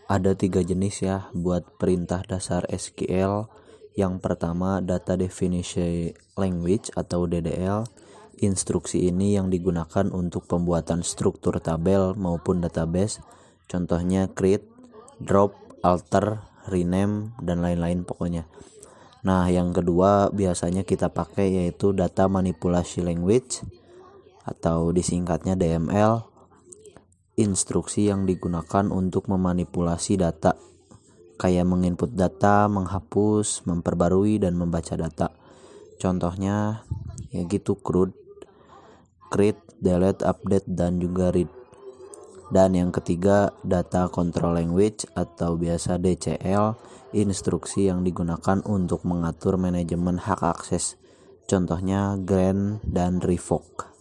Ada 3 jenis ya buat perintah dasar SQL. Yang pertama Data Definition Language atau DDL. Instruksi ini yang digunakan untuk pembuatan struktur tabel maupun database. Contohnya create, drop, alter, rename, dan lain-lain pokoknya. Nah, yang kedua biasanya kita pakai yaitu Data Manipulation Language atau disingkatnya DML. Instruksi yang digunakan untuk memanipulasi data, kayak menginput data, menghapus, memperbarui, dan membaca data. Contohnya ya gitu, create, delete, update, dan juga read. Dan yang ketiga Data Control Language atau biasa DCL, instruksi yang digunakan untuk mengatur manajemen hak akses. Contohnya grant dan revoke.